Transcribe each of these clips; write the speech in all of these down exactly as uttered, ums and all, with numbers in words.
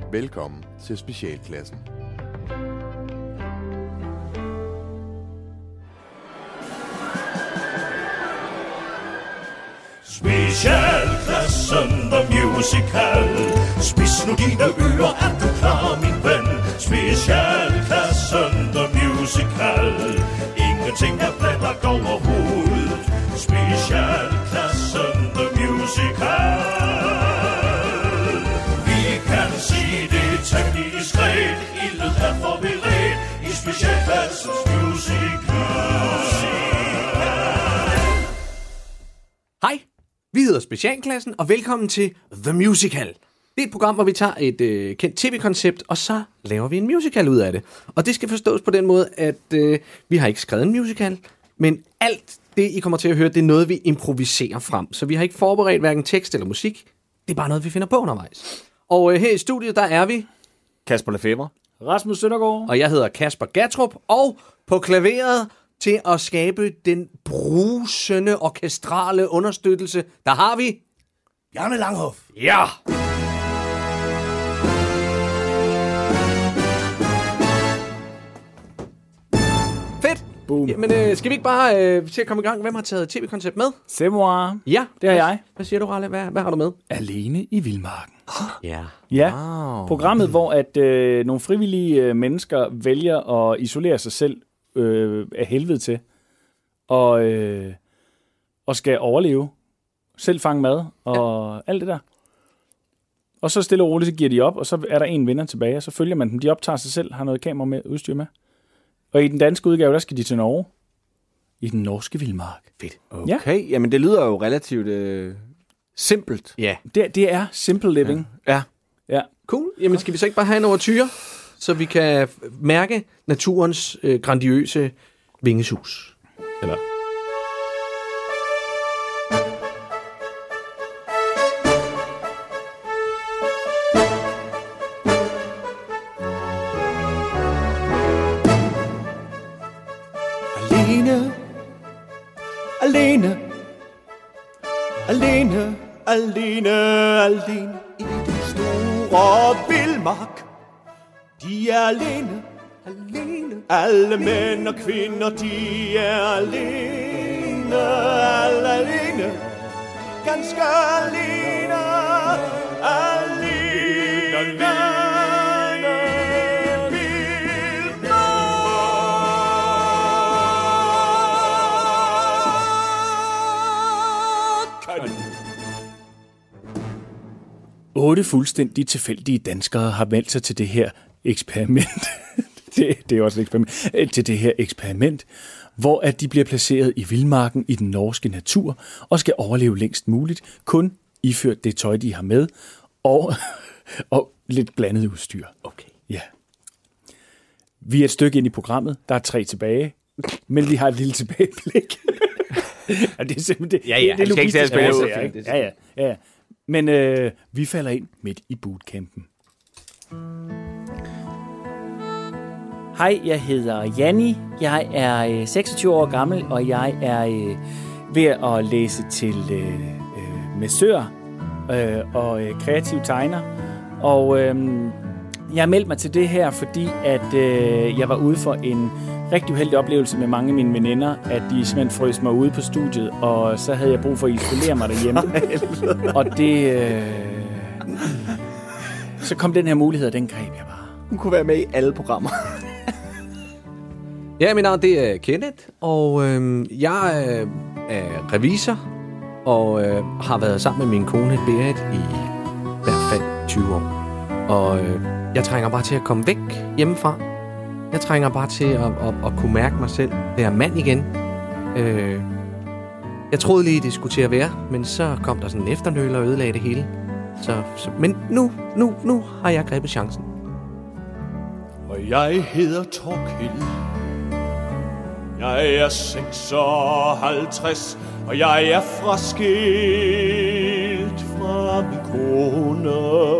Velkommen til Specialklassen. Specialklassen, the musical. Spids nu dine ører, er du klar, min ven? Specialklassen, the musical. Ingenting er blændert overhovedet. Specialklassen, the musical. Vi kan sige det temmelig diskret. Ildet er forberedt i specialklassens musical. Hej, vi hedder Specialklassen, og velkommen til The Musical. Det er et program, hvor vi tager et øh, kendt tv-koncept, og så laver vi en musical ud af det. Og det skal forstås på den måde, at øh, vi har ikke skrevet en musical, men alt det, I kommer til at høre, det er noget, vi improviserer frem. Så vi har ikke forberedt hverken tekst eller musik. Det er bare noget, vi finder på undervejs. Og øh, her i studiet, der er vi Kasper Lefebvre, Rasmus Søndergaard, og jeg hedder Kasper Gattrup, og på klaveret til at skabe den brusende orkestrale understøttelse, der har vi Bjarne Langhoff. Ja! Fedt! Boom. Jamen, øh, skal vi ikke bare øh, til at komme i gang? Hvem har taget tv-koncept med? C'est moi. Ja, Det har jeg. Hvad siger du, Ralle? Hvad, hvad har du med? Alene i Vildmarken. Ja. Ja, Wow. programmet, hvor at øh, nogle frivillige øh, mennesker vælger at isolere sig selv øh, af helvede til, og, øh, og skal overleve, selv fange mad og ja. alt det der. Og så stille og roligt, så giver de op, og så er der en vinder tilbage, og så følger man dem. De optager sig selv, har noget kamera med, udstyr med. Og i den danske udgave, der skal de til Norge. I den norske vildmark. Fedt. Okay, ja. Jamen det lyder jo relativt øh, simpelt. Ja. Det, det er simple living. Ja. Ja. Cool. Jamen, skal vi så ikke bare have en overture, så vi kan mærke naturens øh, grandiøse vingesus? Eller... Alene, alene, alene, alene, alene i den store vildmark. De er alene, alene. Alle mænd og kvinder, de er alene, alle alene. Ganske alene, alene, alene. Otte fuldstændig tilfældige danskere har meldt sig til det her eksperiment. det, det er også et eksperiment. Til det her eksperiment, hvor at de bliver placeret i vildmarken i den norske natur og skal overleve længst muligt, kun iført det tøj, de har med, og, og lidt blandet udstyr. Okay. Ja. Vi er et stykke ind i programmet. Der er tre tilbage, men vi har et lille tilbageblik. ja, det er simpelthen det. Ja, ja, det, det er skal ikke tage at spille ud. Ja, ja, ja. Men øh, vi falder ind midt i bootcampen. Hej, jeg hedder Janni. Jeg er øh, seksogtyve år gammel, og jeg er øh, ved at læse til øh, øh, massør øh, og øh, kreativ tegner. Og øh, jeg har meldt mig til det her, fordi at øh, jeg var ude for en rigtig uheldig oplevelse med mange af mine veninder, at de simpelthen frøs mig ude på studiet, og så havde jeg brug for at isolere mig derhjemme. og det... Øh, så kom den her mulighed, og den greb jeg bare. Hun kunne være med i alle programmer. Ja, mit navn det er Kenneth, og øh, jeg øh, er revisor, og øh, har været sammen med min kone Berit i hvert fald tyve år. Og øh, jeg trænger bare til at komme væk hjemmefra. Jeg trænger bare til at, at, at kunne mærke mig selv, være mand igen. Øh, jeg troede lige, det skulle til at være, men så kom der sådan en efternøl og ødelagde det hele. Så, så, men nu, nu, nu har jeg grebet chancen. Og jeg hedder Torkild. Jeg er seksoghalvtreds, og jeg er fraskilt fra min kone.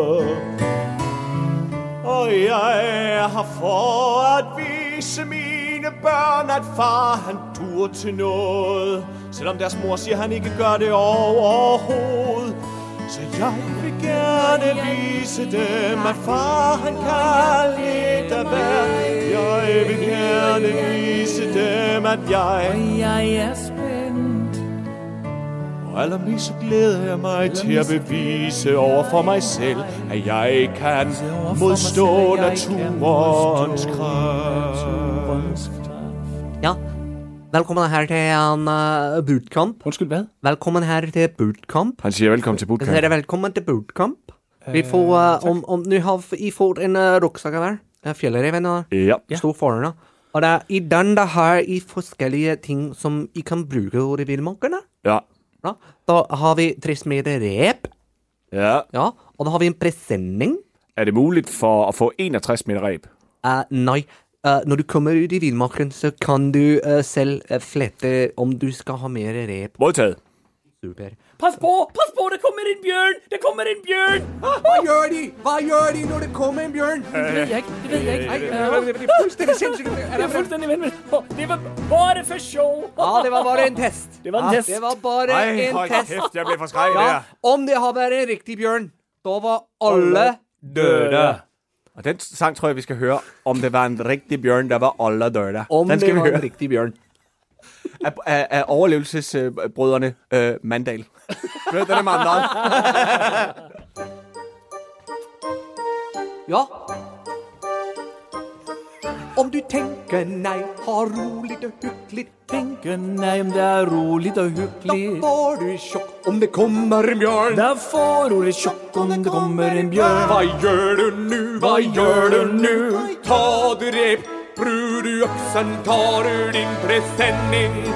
Og jeg er her for at vise mine børn, at far han dur til noget. Selvom deres mor siger, han ikke gør det overhovedet. Så jeg vil gerne vise dem, at far han kan lidt af hvert. Jeg vil gerne vise dem, at jeg Og jeg er spændt. Og allermest så glæder jeg mig til at bevise over for mig selv, at jeg kan modstå naturens kraft. Ja, velkommen her til en uh, bootcamp. Undskyld, hvad? Velkommen her til bootcamp. Han siger velkommen til Så bootcamp. er det velkommen til bootcamp. Vi får, uh, om, om nu har I fått en uh, rucksack av her. Uh, Fjellreven og Ja. stor foran. Og der, i den der har I forskellige ting som I kan bruke over i bilmarkene. Ja. Ja. Da har vi tre smede rep. Ja. Ja. Og da har vi en presenning. Er det muligt for at få enogtres meter reb? Uh, nei. Uh, når du kommer ut i vildmarken, så kan du uh, selv uh, flette om du skal ha mer rep. Modtaget. Super. Pas på, pas på, der kommer en bjørn. Der kommer en bjørn. Hva gjør de? Hva gjør de når det kommer en bjørn? Det ved jeg ikke, det ved jeg ikke. Nei, Øh, det er fuldstændig sindssygt. Det er fuldstændig vanvittigt. Det var bare for sjov. Ja, det var bare en test. Det var en ja, test. Det var bare Ej, en hold test. kæft, jeg blev forskrækket Ja, der. om det har været en rigtig bjørn, da var alle døde. Og den sang tror jeg, vi skal høre, om det var en rigtig bjørn, der var alle døde. Om Den skal det vi var en høre. rigtig bjørn. Af, af, af overlevelsesbrødrene øh, Mandal. Ved den er Mandal. Ja. Om du tænker nej, har roligt og hyggeligt, Tænker nej, om det er roligt og da hyggeligt. får du et chok, om det kommer en bjørn. Der får du det chok, om det kommer en bjørn. Hvad gør du nu? Hvad gør du nu? Tar du rep, bruger du øksen, tar du din presenning.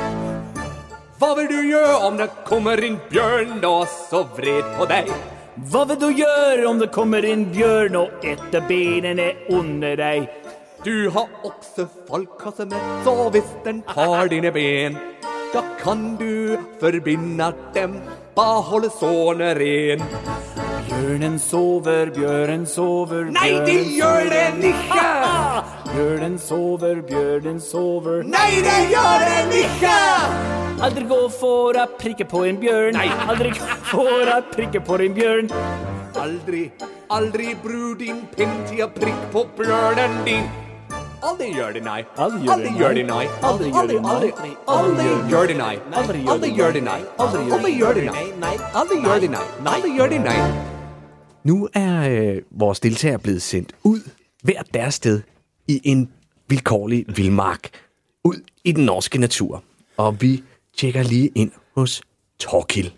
Hvad vil du gøre, om der kommer en bjørn, der er så vred på dig? Hvad vil du gøre, om der kommer en bjørn og ætter benene under dig? Du har også folkekasse med, så hvis den tar dine ben, da kan du forbinde dem, bare holde sårene ren. Bjørnen sover, bjørnen sover, Nej, det gør den ikke! Bjørnen sover, bjørnen sover. Nej, det gør den ikke! Aldrig gå for at prikke på en bjørn. Nej. Aldrig gå for at prikke på en bjørn. Aldrig, aldrig brug din pind til at prikke på bjørnen din. Aldrig gør det nej. Aldrig gør det Aldrig gør det nej. Aldrig gør det nej. Aldrig, aldrig gør det nej. Aldrig gør det Aldrig gør det nej. Aldrig gør det nej. Aldrig gør det nej. Aldrig gør det nej. Nu er øh, vores deltagere blevet sendt ud hver deres sted i en vilkårlig vildmark. Ud i den norske natur. Og vi tjekker lige ind hos Torkild.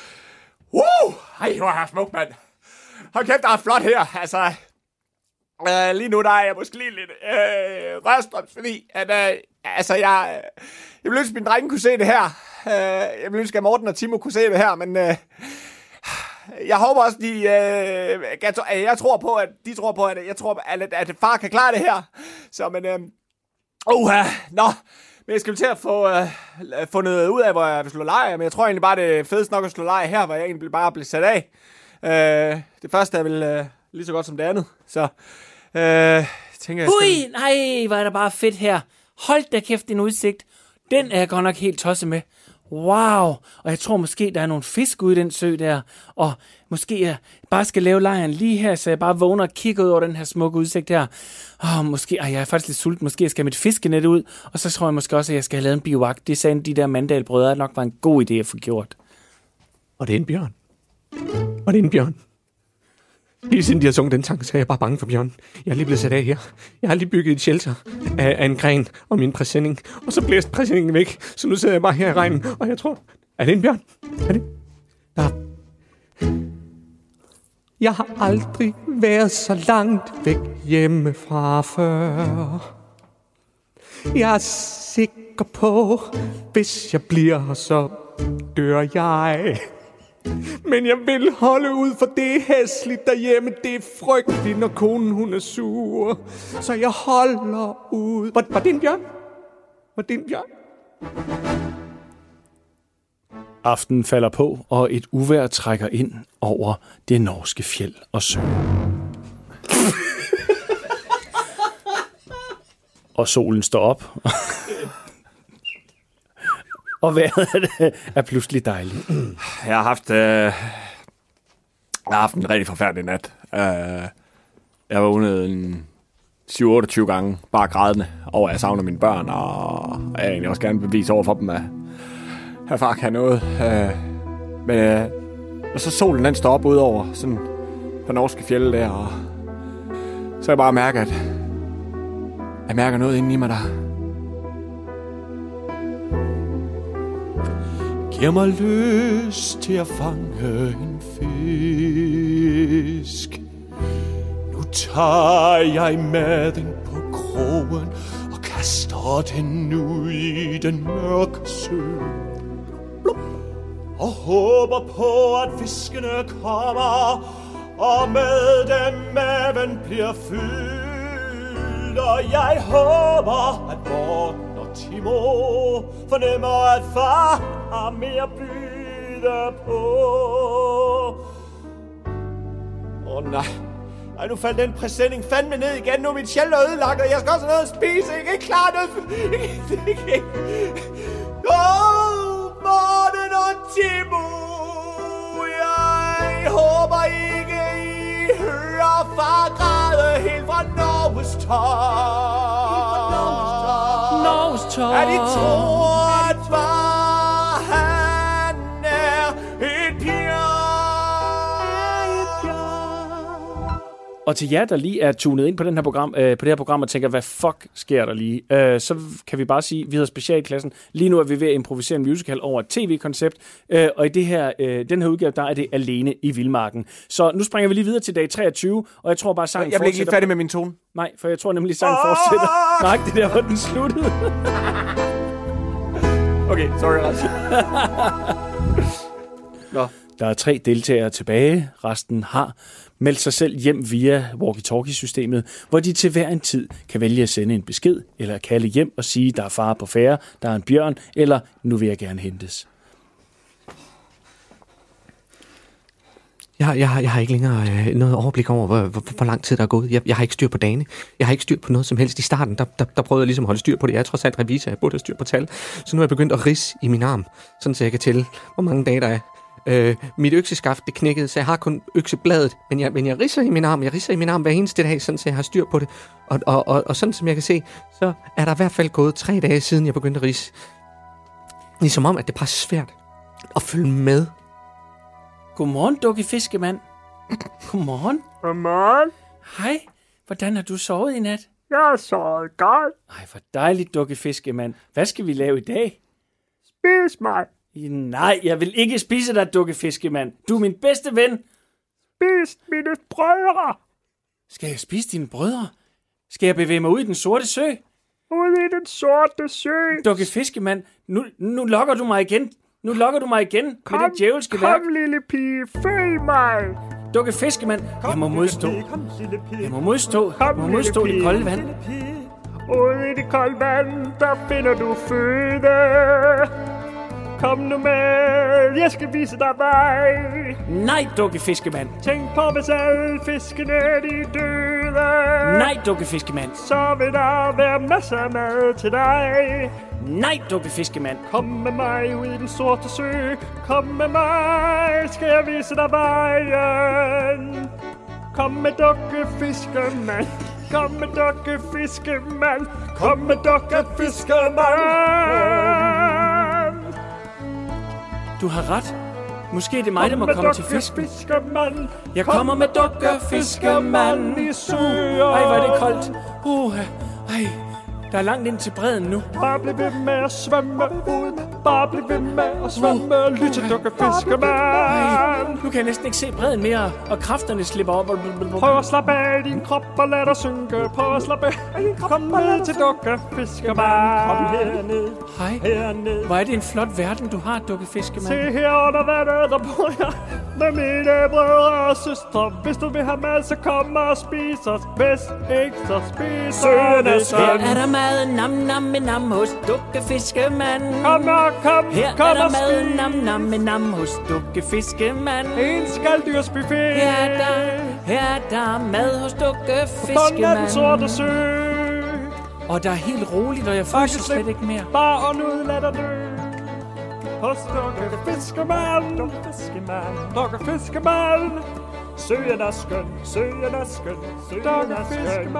Woo! Ej, hvor har jeg smukt, mand. Hold kæft, der er flot her. Altså, øh, lige nu der er jeg måske lige lidt øh, rørstrøms, fordi at, øh, altså, jeg, jeg vil ønske, at mine drenge kunne se det her. Øh, jeg vil ønske, at Morten og Timo kunne se det her, men øh, jeg håber også, de, øh, jeg, jeg tror på, at de tror på, at jeg tror, at, at far kan klare det her. Så, men, øh, uha, nå. Men jeg skal til at få øh, fundet ud af, hvor jeg vil slå lejr. Men jeg tror egentlig bare, det er fedest nok at slå lejr her, hvor jeg egentlig bare bliver sat af. Øh, det første er vel øh, lige så godt som det andet. Så øh, jeg tænker jeg Ui, nej, hvor er der bare fedt her. Hold da kæft, din udsigt. Den er jeg godt nok helt tosset med. Wow. Og jeg tror måske, der er nogle fisk ude i den sø der. Og måske jeg bare skal lave lejren lige her, så jeg bare vågner og kigger ud over den her smukke udsigt her. Åh, måske, ej, jeg er faktisk lidt sulten. Måske jeg skal have mit fiskenet ud. Og så tror jeg måske også, at jeg skal have lavet en bivak. Det sagde de der Mandal-brødre, nok var en god idé at få gjort. Og det er en bjørn. Og det er en bjørn. Lige siden de har sunget den sang, så er jeg bare bange for bjørn. Jeg er lige blevet sat af her. Jeg har lige bygget et shelter af, af en gren og min præsending. Og så blæste præsendingen væk. Så nu sidder jeg bare her i regnen. Og jeg tror... Er det en bjørn? Er det? Der. Jeg har aldrig været så langt væk hjemmefra før. Jeg er sikker på, hvis jeg bliver her, så dør jeg. Men jeg vil holde ud, for det er hæsligt derhjemme. Det er frygteligt, når konen hun er sur. Så jeg holder ud. Var, var det en bjørn? Var det en bjørn? Aftenen falder på, og et uvejr trækker ind over det norske fjeld og sø. Og solen står op. Og vejret er pludselig dejligt. Jeg har haft... Øh, Jeg har haft en rigtig forfærdelig nat. Uh, jeg var vågnet en syv otteogtyve gange, bare grædende over, at jeg savner mine børn, og jeg vil egentlig også gerne bevise over for dem, at jeg far kan noget. Uh, men uh, og så solen den står op ud over sådan på norske fjelde der, og så jeg bare mærker, at jeg mærker noget inde i mig, der giver mig lyst til at fange en fisk. Nu tager jeg med den på krogen og kaster den ud i den mørke sø. Og håber på, at fiskene kommer, og med dem maven bliver fyldt. Og jeg håber, at Morten og Timo fornemmer, at far har mere at byde på. Åh oh, nej. Ej, nu faldt den præsending fandme ned igen. Nu er mit sjæl ødelagt, og jeg skal også have noget at spise. Jeg kan ikke klare noget. Åh, oh, Morten og Timo. Jeg håber ikke, I hører far græde helt fra Norges Torv. Norges Torv. Er de tror, at far han er et bjerg. Og til jer, der lige er tunet ind på, den her program, øh, på det her program og tænker, hvad fuck sker der lige, øh, så kan vi bare sige, at vi hedder Specialklassen. Lige nu er vi ved at improvisere en musical over et tv-koncept, øh, og i det her, øh, den her udgave, der er det Alene i Vildmarken. Så nu springer vi lige videre til dag treogtyve, og jeg tror bare, sangen Jeg bliver ikke lige fortsætter. færdig med min tone. Nej, for jeg tror nemlig, sangen fortsætter. Nej, det der, hvor den sluttede. Okay, sorry, Ras. Nå. Der er tre deltagere tilbage. Resten har meldt sig selv hjem via walkie-talkie-systemet, hvor de til hver en tid kan vælge at sende en besked, eller kalde hjem og sige, der er fare på færde, der er en bjørn, eller nu vil jeg gerne hentes. Jeg, jeg, jeg har ikke længere øh, noget overblik over, hvor, hvor, hvor lang tid der er gået. Jeg, jeg har ikke styr på dagene. Jeg har ikke styr på noget som helst. I starten, der, der, der prøvede jeg ligesom at holde styr på det. Jeg er trods alt revisor, jeg burde have styr på tal. Så nu er jeg begyndt at ridse i min arm, sådan så jeg kan tælle, hvor mange dage der er. Øh, mit økseskaft, det knækkede, så jeg har kun øksebladet, men jeg, men jeg ridser i min arm. Jeg ridser i min arm hver eneste dag, sådan så jeg har styr på det. Og, og, og, og sådan som jeg kan se, så er der i hvert fald gået tre dage siden, jeg begyndte at ridse. Ligesom om, at det er bare svært at følge med. Godmorgen, Dukke Fiskemand. Godmorgen. Godmorgen. Hej. Hvordan har du sovet i nat? Jeg har sovet godt. Ej, hvor dejligt, Dukke Fiskemand. Hvad skal vi lave i dag? Spis mig. Nej, jeg vil ikke spise dig, Dukke Fiskemand. Du er min bedste ven. Spis mine brødre. Skal jeg spise dine brødre? Skal jeg bevæge mig ud i den sorte sø? Ud i den sorte sø. Dukke Fiskemand, nu, nu lokker du mig igen. Nu lokker du mig igen kom, med det djævelske kom, værk. Kom, lille pige, følg mig. Dukke Fiskemand, jeg må modstå. Jeg må modstå. Jeg må modstå det kolde vand. Ude i det kolde vand, der finder du føde. Kom nu med, jeg skal vise dig vej. Nej, Dukke Fiskemand. Tænk på, hvis alle fiskene de døde. Nej, Dukke Fiskemand. Så vil der være masser af mad til dig. Nej, Dukke Fiskemand. Kom med mig ud i den sorte sø. Kom med mig, skal jeg vise dig vejen. Kom med Dukke Fiskemand. Kom med Dukke Fiskemand. Kom med Dukke Fiskemand. Du har ret. Måske er det mig, der må komme til fisk. Fiskemand. Jeg kommer med Dukke Fiskemand i søer. Ej, hvor er det koldt. Uh, ej, der er langt ind til bredden nu. Bare bliv ved med at svømme ud. Bare bliv ved med at svømme. Uh, Lyt til Dukke Fiskemand. Nu kan jeg næsten ikke se bredden mere, og kræfterne slipper op. Prøv at slappe af din krop og lad dig synke. Prøv at slappe af din krop. Kom ned til Dukke Fiskemand. Kom herned. Hej. Herned. Hvor er det en flot verden, du har, Dukke Fiskemand. Se her under vandet, der bor jeg med mine brødre og søstre. Hvis du vil have mad, så kom og spis os. Hvis ikke, så spis sønne søn. Her er der mad, nam nam nam hos Dukke Fiskemand. Kom og kom, her kom er der og mad, spis. nam nam nam hos Dukke Fiskemand. En skalddyrsbuffet. Her er der, her er der mad hos Dukke Fiskemand. På den sorte sø. Og der er helt roligt, og jeg fryser slet ikke mere. Bare og nu lad dig dø. Hos Dukke Fiskemand. Dukke Fiskemand. Dukke Fiskemand. Søen er skøn, søen er skøn, søen er skøn.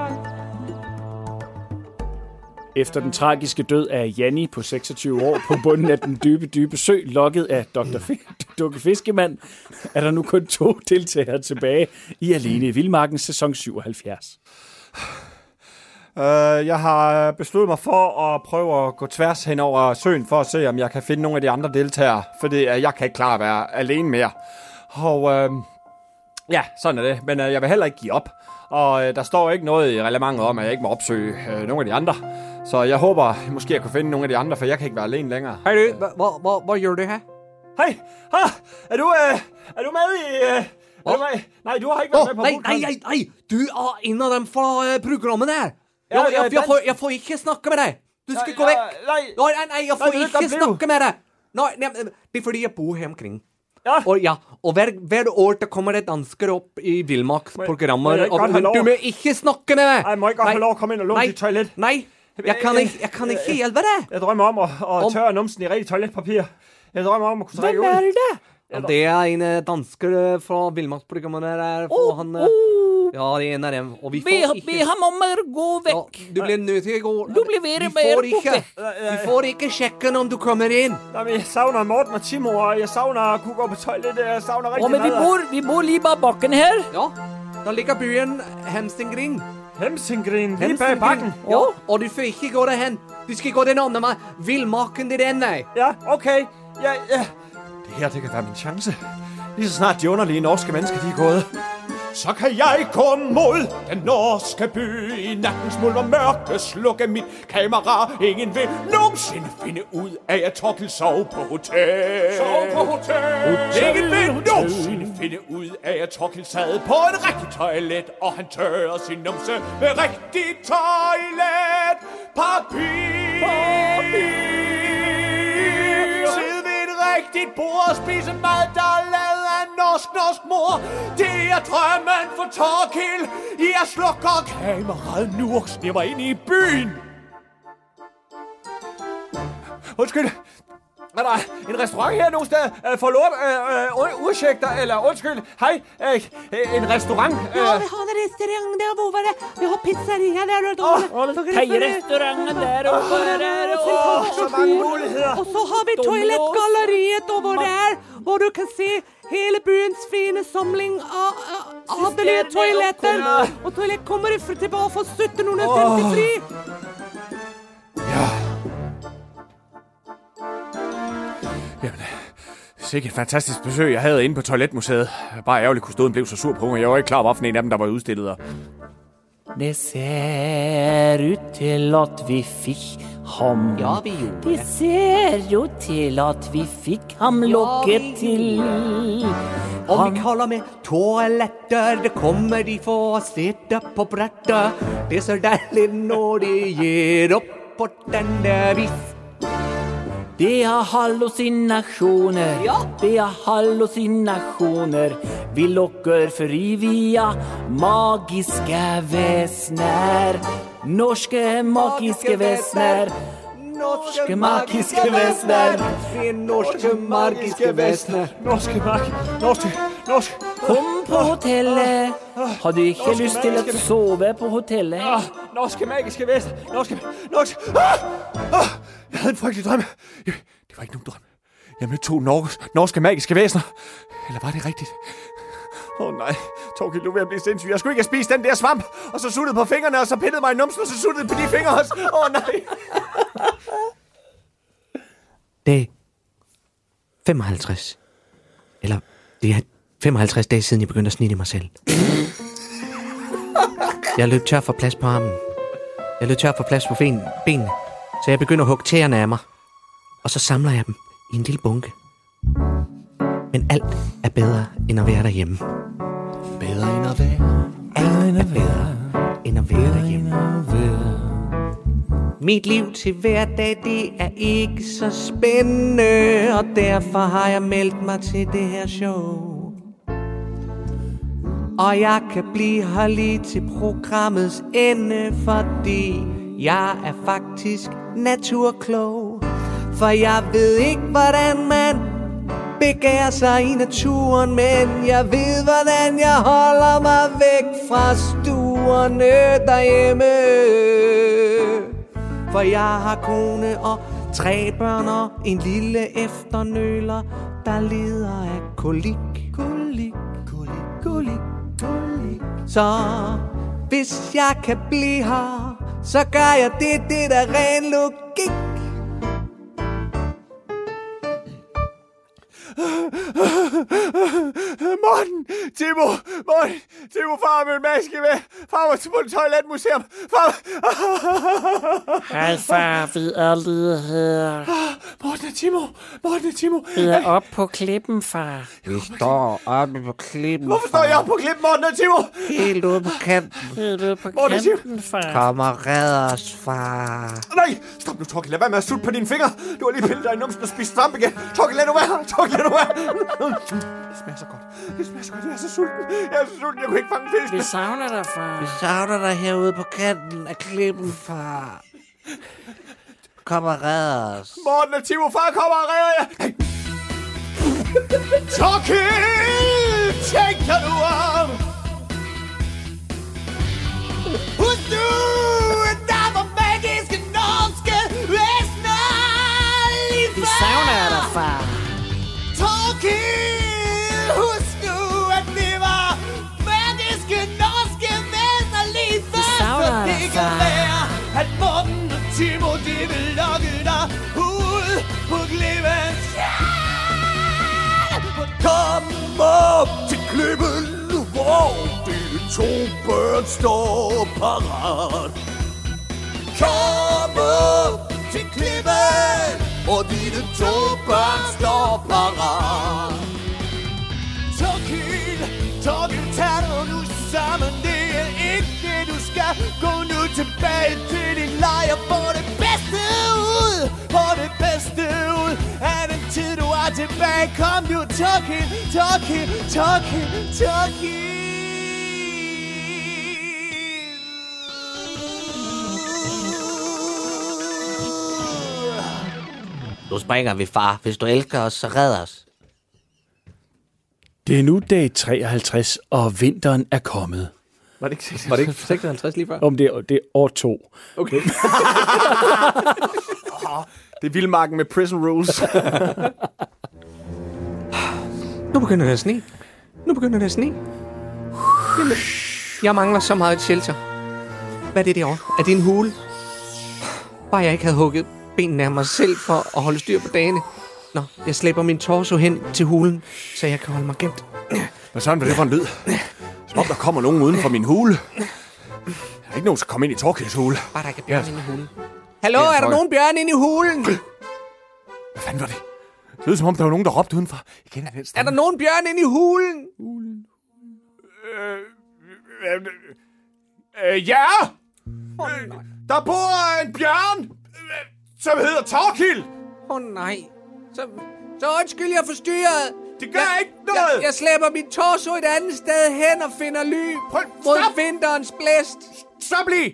Efter den tragiske død af Janni på seksogtyve år på bunden af den dybe, dybe sø, lokket af doktor Dukke Fiskemand, er der nu kun to deltagere tilbage i Alene i Vildmarken sæson syvoghalvfjerds. Uh, jeg har besluttet mig for at prøve at gå tværs hen over søen for at se, om jeg kan finde nogle af de andre deltagere, fordi uh, jeg kan ikke klare at være alene mere. Og uh, ja, sådan er det, men uh, jeg vil heller ikke give op. Og uh, der står ikke noget i reglementet om, at jeg ikke må opsøge uh, nogle af de andre. Så jeg håber måske, jeg kan finde nogle af de andre, for jeg kan ikke være alene længere. Hej du, hvor, hvor, hvor gør du her? Hej, ah, er du uh, er du med i... Uh, er du med? Nej, du har ikke været oh, med på nej, podcasten. nej, nej, nej, du er en af dem fra uh, programmet der. Ja, jeg, jeg, jeg, jeg, får, jeg får ikke snakke med dig. Du skal nej, gå væk. Nej, nej, nej, nej jeg får nej, ikke snakke med dig. Nej, nej, det er fordi, jeg bor her omkring. Ja. Og, ja, og hver, hver år der kommer det danskere op i Vildmarksprogrammer. Og, men du må ikke snakke med mig. Nej, må ikke godt have lov at komme ind og låne dit toilet. Nej, jeg kan ikke, jeg kan ikke hjælpe dig. Jeg drømmer om at, at om... tørre numsen i rigtig toiletpapir. Jeg drømmer om at kunne trække ud. Hvem er det? Ja, det er en dansker fra Vildmarksprogrammet der. Oh, han, oh. Ja, det er en af dem. Og vi be, får ikke... be ham om at gå væk. Ja, du bliver nødt til at gå. Du bliver ved vi med får at ikke, gå vi får ikke tjekken, om du kommer ind. Jamen, jeg savner Morten og Timo, og jeg savner at kunne gå på toilet. Jeg savner rigtig oh, men meget. Vi bor, vi bor lige bag bakken her. Ja, der ligger byen Hemsingring. Hemsingring, lige bag bakken. Ja, og du får ikke gå derhen. Du skal gå den anden vej. Vildmarken, det er den vej. Ja, okay. Ja, ja. Det her, det kan være min chance. Lige så snart de underlige norske mennesker, de er gået. Så kan jeg gå mod den norske by. I nattens mulm og mørke slukke mit kamera. Ingen vil nogensinde finde ud af, at Torkild sov på hotel. Sov på hotel. Ingen vil nogensinde finde ud af, at Torkild sad på et rigtigt toilet. Og han tørrer sin numse med rigtigt toilet. Papir. Papir. Sid ved et rigtigt bord og spise mad, der er lavet af norsk, norsk mor. Det er drømmen for Torkild. Jeg slukker kameraet nu og snimmer ind i byen. Undskyld. Er der en restaurant her nogen sted? Uh, forlort, uh, uh, ursäkta, eller undskyld. Hej, uh, en restaurant. Uh. Ja, vi har en restaurang der, hvor var det? Vi har pizzeria der, og oh, hej-restauranten der, og hvor er det? Åh, så mange muligheder. Og så har vi toiletgalleriet over der, hvor du kan se hele byens fine samling af adelige toiletter. Og toilet kommer tilbage fra sytten femtitre. Ja. Jamen, sikke et fantastisk besøg, jeg havde inde på Toiletmuseet. Bare ærgerligt kunne stå blev så sur på mig. Jeg var ikke klar over, hvilken en af dem, der var udstillet. Det ser ud til, at vi fik ham. Ja, vi gjorde det. ser ud til, at vi fik ham lukket ja, til. Og vi kalder med toiletter, det kommer de for at sætte på brætter. Det er så dejligt, når det giver op på den der vis. Det er hallucinationer, ja. Det er hallucinationer. Vi lukker fri via magiske væsner. Norske magiske væsner. Norske magiske væsner. Norske magiske væsner. Norske mag... Norske... Norske... Kom på hotellet. Har du ikke norske lyst til at sove på hotellet? Ah, norske magiske væsner. Norske... Norske... Ah! Ah! Jeg havde en frygtelig drøm. Det var ikke nogen drøm. Jeg mødte to norske, norske magiske væsner. Eller var det rigtigt? Åh oh, nej, Torkild, du vil blive sindssyg. Jeg skulle ikke have spist den der svamp, og så suttede på fingrene, og så pillede mig i numsen, og så suttede på de fingre også. Åh oh, nej. Det er femoghalvtreds. Eller det er femoghalvtreds dage siden, jeg begyndte at snitte mig selv. Jeg løb tør for plads på armen. Jeg løb tør for plads på benene. Så jeg begynder at hugge tæerne af mig. Og så samler jeg dem i en lille bunke. Men alt er bedre, end at være derhjemme. Bedre end at være. Alt er bedre, end at være derhjemme. Mit liv til hverdag, det er ikke så spændende. Og derfor har jeg meldt mig til det her show. Og jeg kan blive her lige til programmets ende, fordi jeg er faktisk naturklog. For jeg ved ikke, hvordan man begærer sig i naturen, men jeg ved, hvordan jeg holder mig væk fra stuerne derhjemme. For jeg har kone og tre børn og en lille efternøler, der lider af kolik. Kolik, kolik, kolik, kolik. Så hvis jeg kan blive her, så gør jeg det, det der ren logik. Morten, Timo, Morten, Timo, far med en maske med. Far var til på et toiletmuseum. Far... Hej far, vi er lige her. Morten og Timo, Morten og Timo. Vi er oppe på klippen, far. Vi står oppe på klippen. Hvorfor står jeg oppe på klippen, Morten og Timo? Helt ude på kanten. Helt ude på Morten og Timo. kanten, far. Kom og red os, far. Nej, stop nu, Torkild. Lad være med at sutte på dine fingre. Du har lige pillet dig i numsen og spist svamp igen. Torkild, lad nu være. Torkild, lad nu være. Det smager så godt. Det smager så godt. Jeg er så sulten. Jeg er så sulten. Jeg kunne ikke fange fisk. Vi savner dig, far. Vi savner dig herude på kanten af klippen, far. Kom og red os. Morten og Timo, far kommer og redder jer. Hey. Torkild, tænk dig nu om. Husk nu, at der var magiske norske væsner lige Vi før. savner dig, far. Torkild, husk nu, at det var magiske norske væsner lige før. savner Så dig, det kan far. være, at Morten og Timo, de vil lokke dig ud på klippen. Kom op til klippen, hvor dine to børn står parat. Kom op til klippen, hvor dine to børn står parat. Torkild, Torkild, tag nu nu sammen, det er ikke det du skal. Gå nu tilbage til din lejr, få det bedste ud, få det bedste ud af den tid du er tilbage. Kom nu, Torkild, Torkild, Torkild, Torkild. Nu springer vi, far. Hvis du elsker os, så red os. Det er nu dag treoghalvtreds, og vinteren er kommet. Var det ikke seksoghalvtreds, var det ikke seksoghalvtreds lige før? Om det, er, det er år to. Okay. Det er vildmarken med prison rules. Nu begynder det at sne. Nu begynder det at sne. Jamen, jeg mangler så meget et shelter. Hvad er det derovre? Er det en hule? Bare jeg ikke havde hugget benene af mig selv for at holde styr på dagene. Nå, jeg slæber min torso hen til hulen, så jeg kan holde mig gemt. Hvad sådan var det for en lyd? Som om der kommer nogen uden for min hule. Der er ikke nogen, der kommer ind i Torkilds hule. Bare der ikke er bjørn inde i hulen. Hallo, er der nogen bjørn inde i hulen? Hvad fanden var det? Det lød som om, der var nogen, der råbte udenfor. Jeg kender den stemme. Er der nogen bjørn inde i hulen? Hulen. Øh, øh, øh, ja! Åh, Øh, nej. der bor en bjørn, øh, som hedder Torkild. Åh, oh, nej. Så, så undskyld, jeg forstyrret. Det gør jeg, ikke noget. Jeg, jeg slæber min torso et andet sted hen og finder ly Prøv, mod stop. vinterens blæst. Stop lige!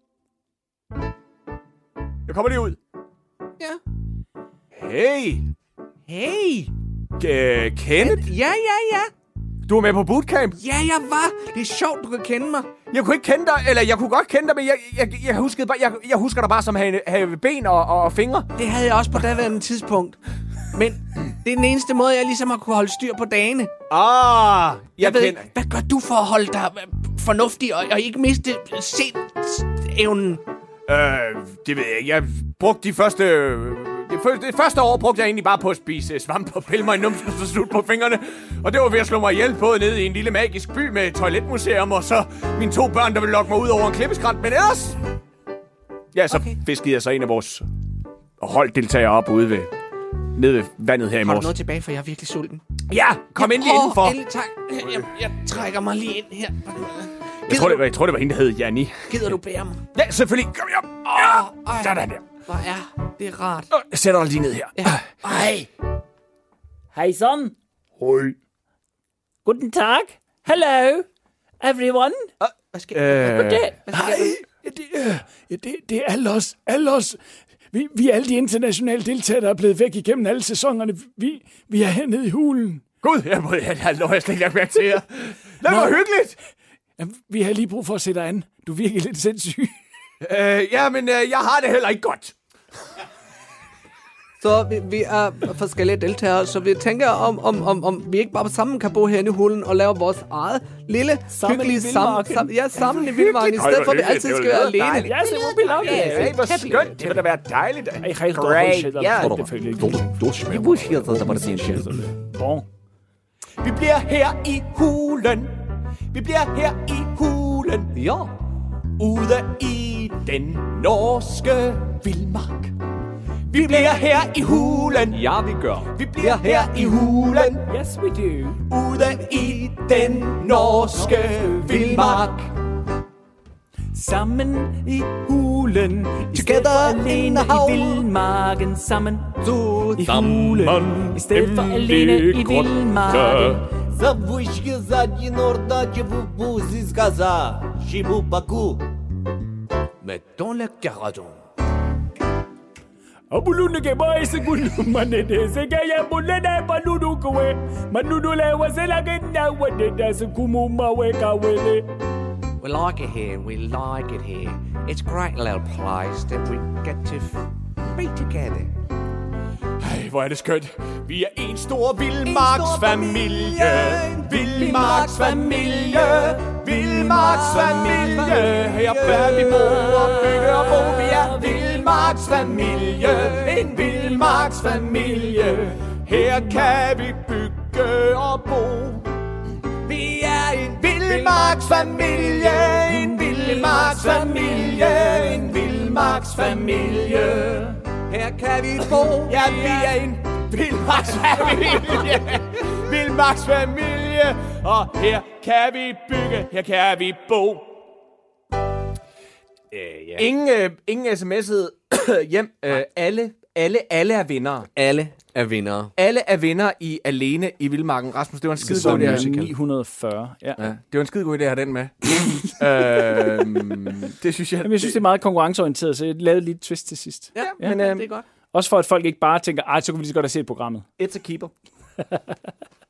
Jeg kommer lige ud. Ja. Hey, Hey. K- Kenneth, Ja, ja, ja. du er med på bootcamp. Ja, jeg var. Det er sjovt, du kan kende mig. Jeg kunne ikke kende dig, eller jeg kunne godt kende dig, men jeg, jeg, jeg, huskede bare, jeg, jeg husker dig bare som have, have ben og, og, og fingre. Det havde jeg også på daværende tidspunkt. Men det er den eneste måde, jeg ligesom har kunne holde styr på dagene. Ah, jeg, Jeg ved kender... ikke, hvad gør du for at holde dig fornuftig og, og ikke miste sindsevnen? Øh, det ved jeg ikke. Jeg brugte de første... Det første, det første år brugte jeg egentlig bare på at spise svamp og pille mig i numsen og så slut på fingrene. Og det var ved at slå mig ihjel, både nede i en lille magisk by med et toiletmuseum, og så mine to børn, der ville lokke mig ud over en klippeskrant. Men ellers... Ja, så okay. Fiskede jeg så en af vores holddeltagere op ude ved... Nede ved vandet her i Har du morges. noget tilbage, for jeg er virkelig sulten? Ja, kom ja, endelig åh, indenfor. Endelig, tak. Jeg, jeg trækker mig lige ind her. Jeg tror, det var, jeg tror, det var hende, der hed Janni. Gider du bære mig? Ja, selvfølgelig. Kom her. Åh, ej. Sådan der. Hvor er det rart. Jeg sætter dig lige ned her. Ja. Ej. Hej son. Hej. Guten Tag. Hello, everyone. Hvad skal Øh, Goddag. Nej, det, øh, ja, det, det er Allos, Allos. Vi, vi er alle de internationale deltagere, der er blevet væk igennem alle sæsonerne. Vi, vi er hernede i hulen. Gud, jeg må jeg, jeg, jeg slet ikke lagt mærke til jer. Det var hyggeligt. Jamen, vi har lige brug for at se dig an. Du virker lidt sindssyg. Øh, ja, men øh, jeg har det heller ikke godt. Så vi, vi er forskellige deltagere, så vi tænker, om, om, om, om vi ikke bare sammen kan bo herinde i hulen og lave vores eget lille, sammen hyggelige sammen, sammen, ja, sammen i vildmarken, i Ej, stedet for, at vi hyggeligt. altid Det skal var være lidt alene. dejligt. Ja, så må vi lave det. Ej, hvor skønt. Det vil da være dejligt. Ej, helt Great, ja. Bon. Vi bliver her i hulen. Vi bliver her i hulen. Ja. Ude i den norske vildmark. Vi bliver her i hulen. Ja, vi gør. Vi bliver her i hulen. Yes, we do. Ude i den norske vildmark. Sammen i hulen. I stedet Together for in alene the howl. i vildmarken. Sammen Så i hulen. I stedet for alene i vildmarken. Заввышки один ордаче бубузи сказа, шибу паку. med dans la caradon. Abulune ke boy se gulu manede se ke ya bulene baludu kwe manudu le wasela genda wadeda se kumuma we kawele. We like it here, we like it here. It's a great little place that we get to f- be together. Ej, hvor er det skønt. Vi er en stor vildmarksfamilie. Vildmarksfamilie. Vildmarksfamilie. Her bør vi bo og bygge og bo. Vi er vildmarksfamilie. En vildmarksfamilie. Her kan vi bygge og bo. Vi er en vildmarksfamilie. En vildmarksfamilie. En vildmarksfamilie. Her kan vi bo. Ja, vi er en vildmarksfamilie. Vildmarksfamilie. Og her kan vi bygge, her kan vi bo. Øh, ja. Ingen, øh, ingen sms'ede hjem. Øh, alle, alle, alle er vindere. Alle er vindere. Alle er vindere i Alene i Vildmarken. Rasmus, det var en skide god idé. ni hundrede og fyrre. Ja. Ja, det var en skide god idé at have den med. øhm, det synes jeg... Jamen, jeg synes, det er meget konkurrenceorienteret, så jeg lavede lige et twist til sidst. Ja, Ja, men men, øhm, det er godt. Også for, at folk ikke bare tænker, ej, så kan vi lige så godt have set programmet. It's a keeper.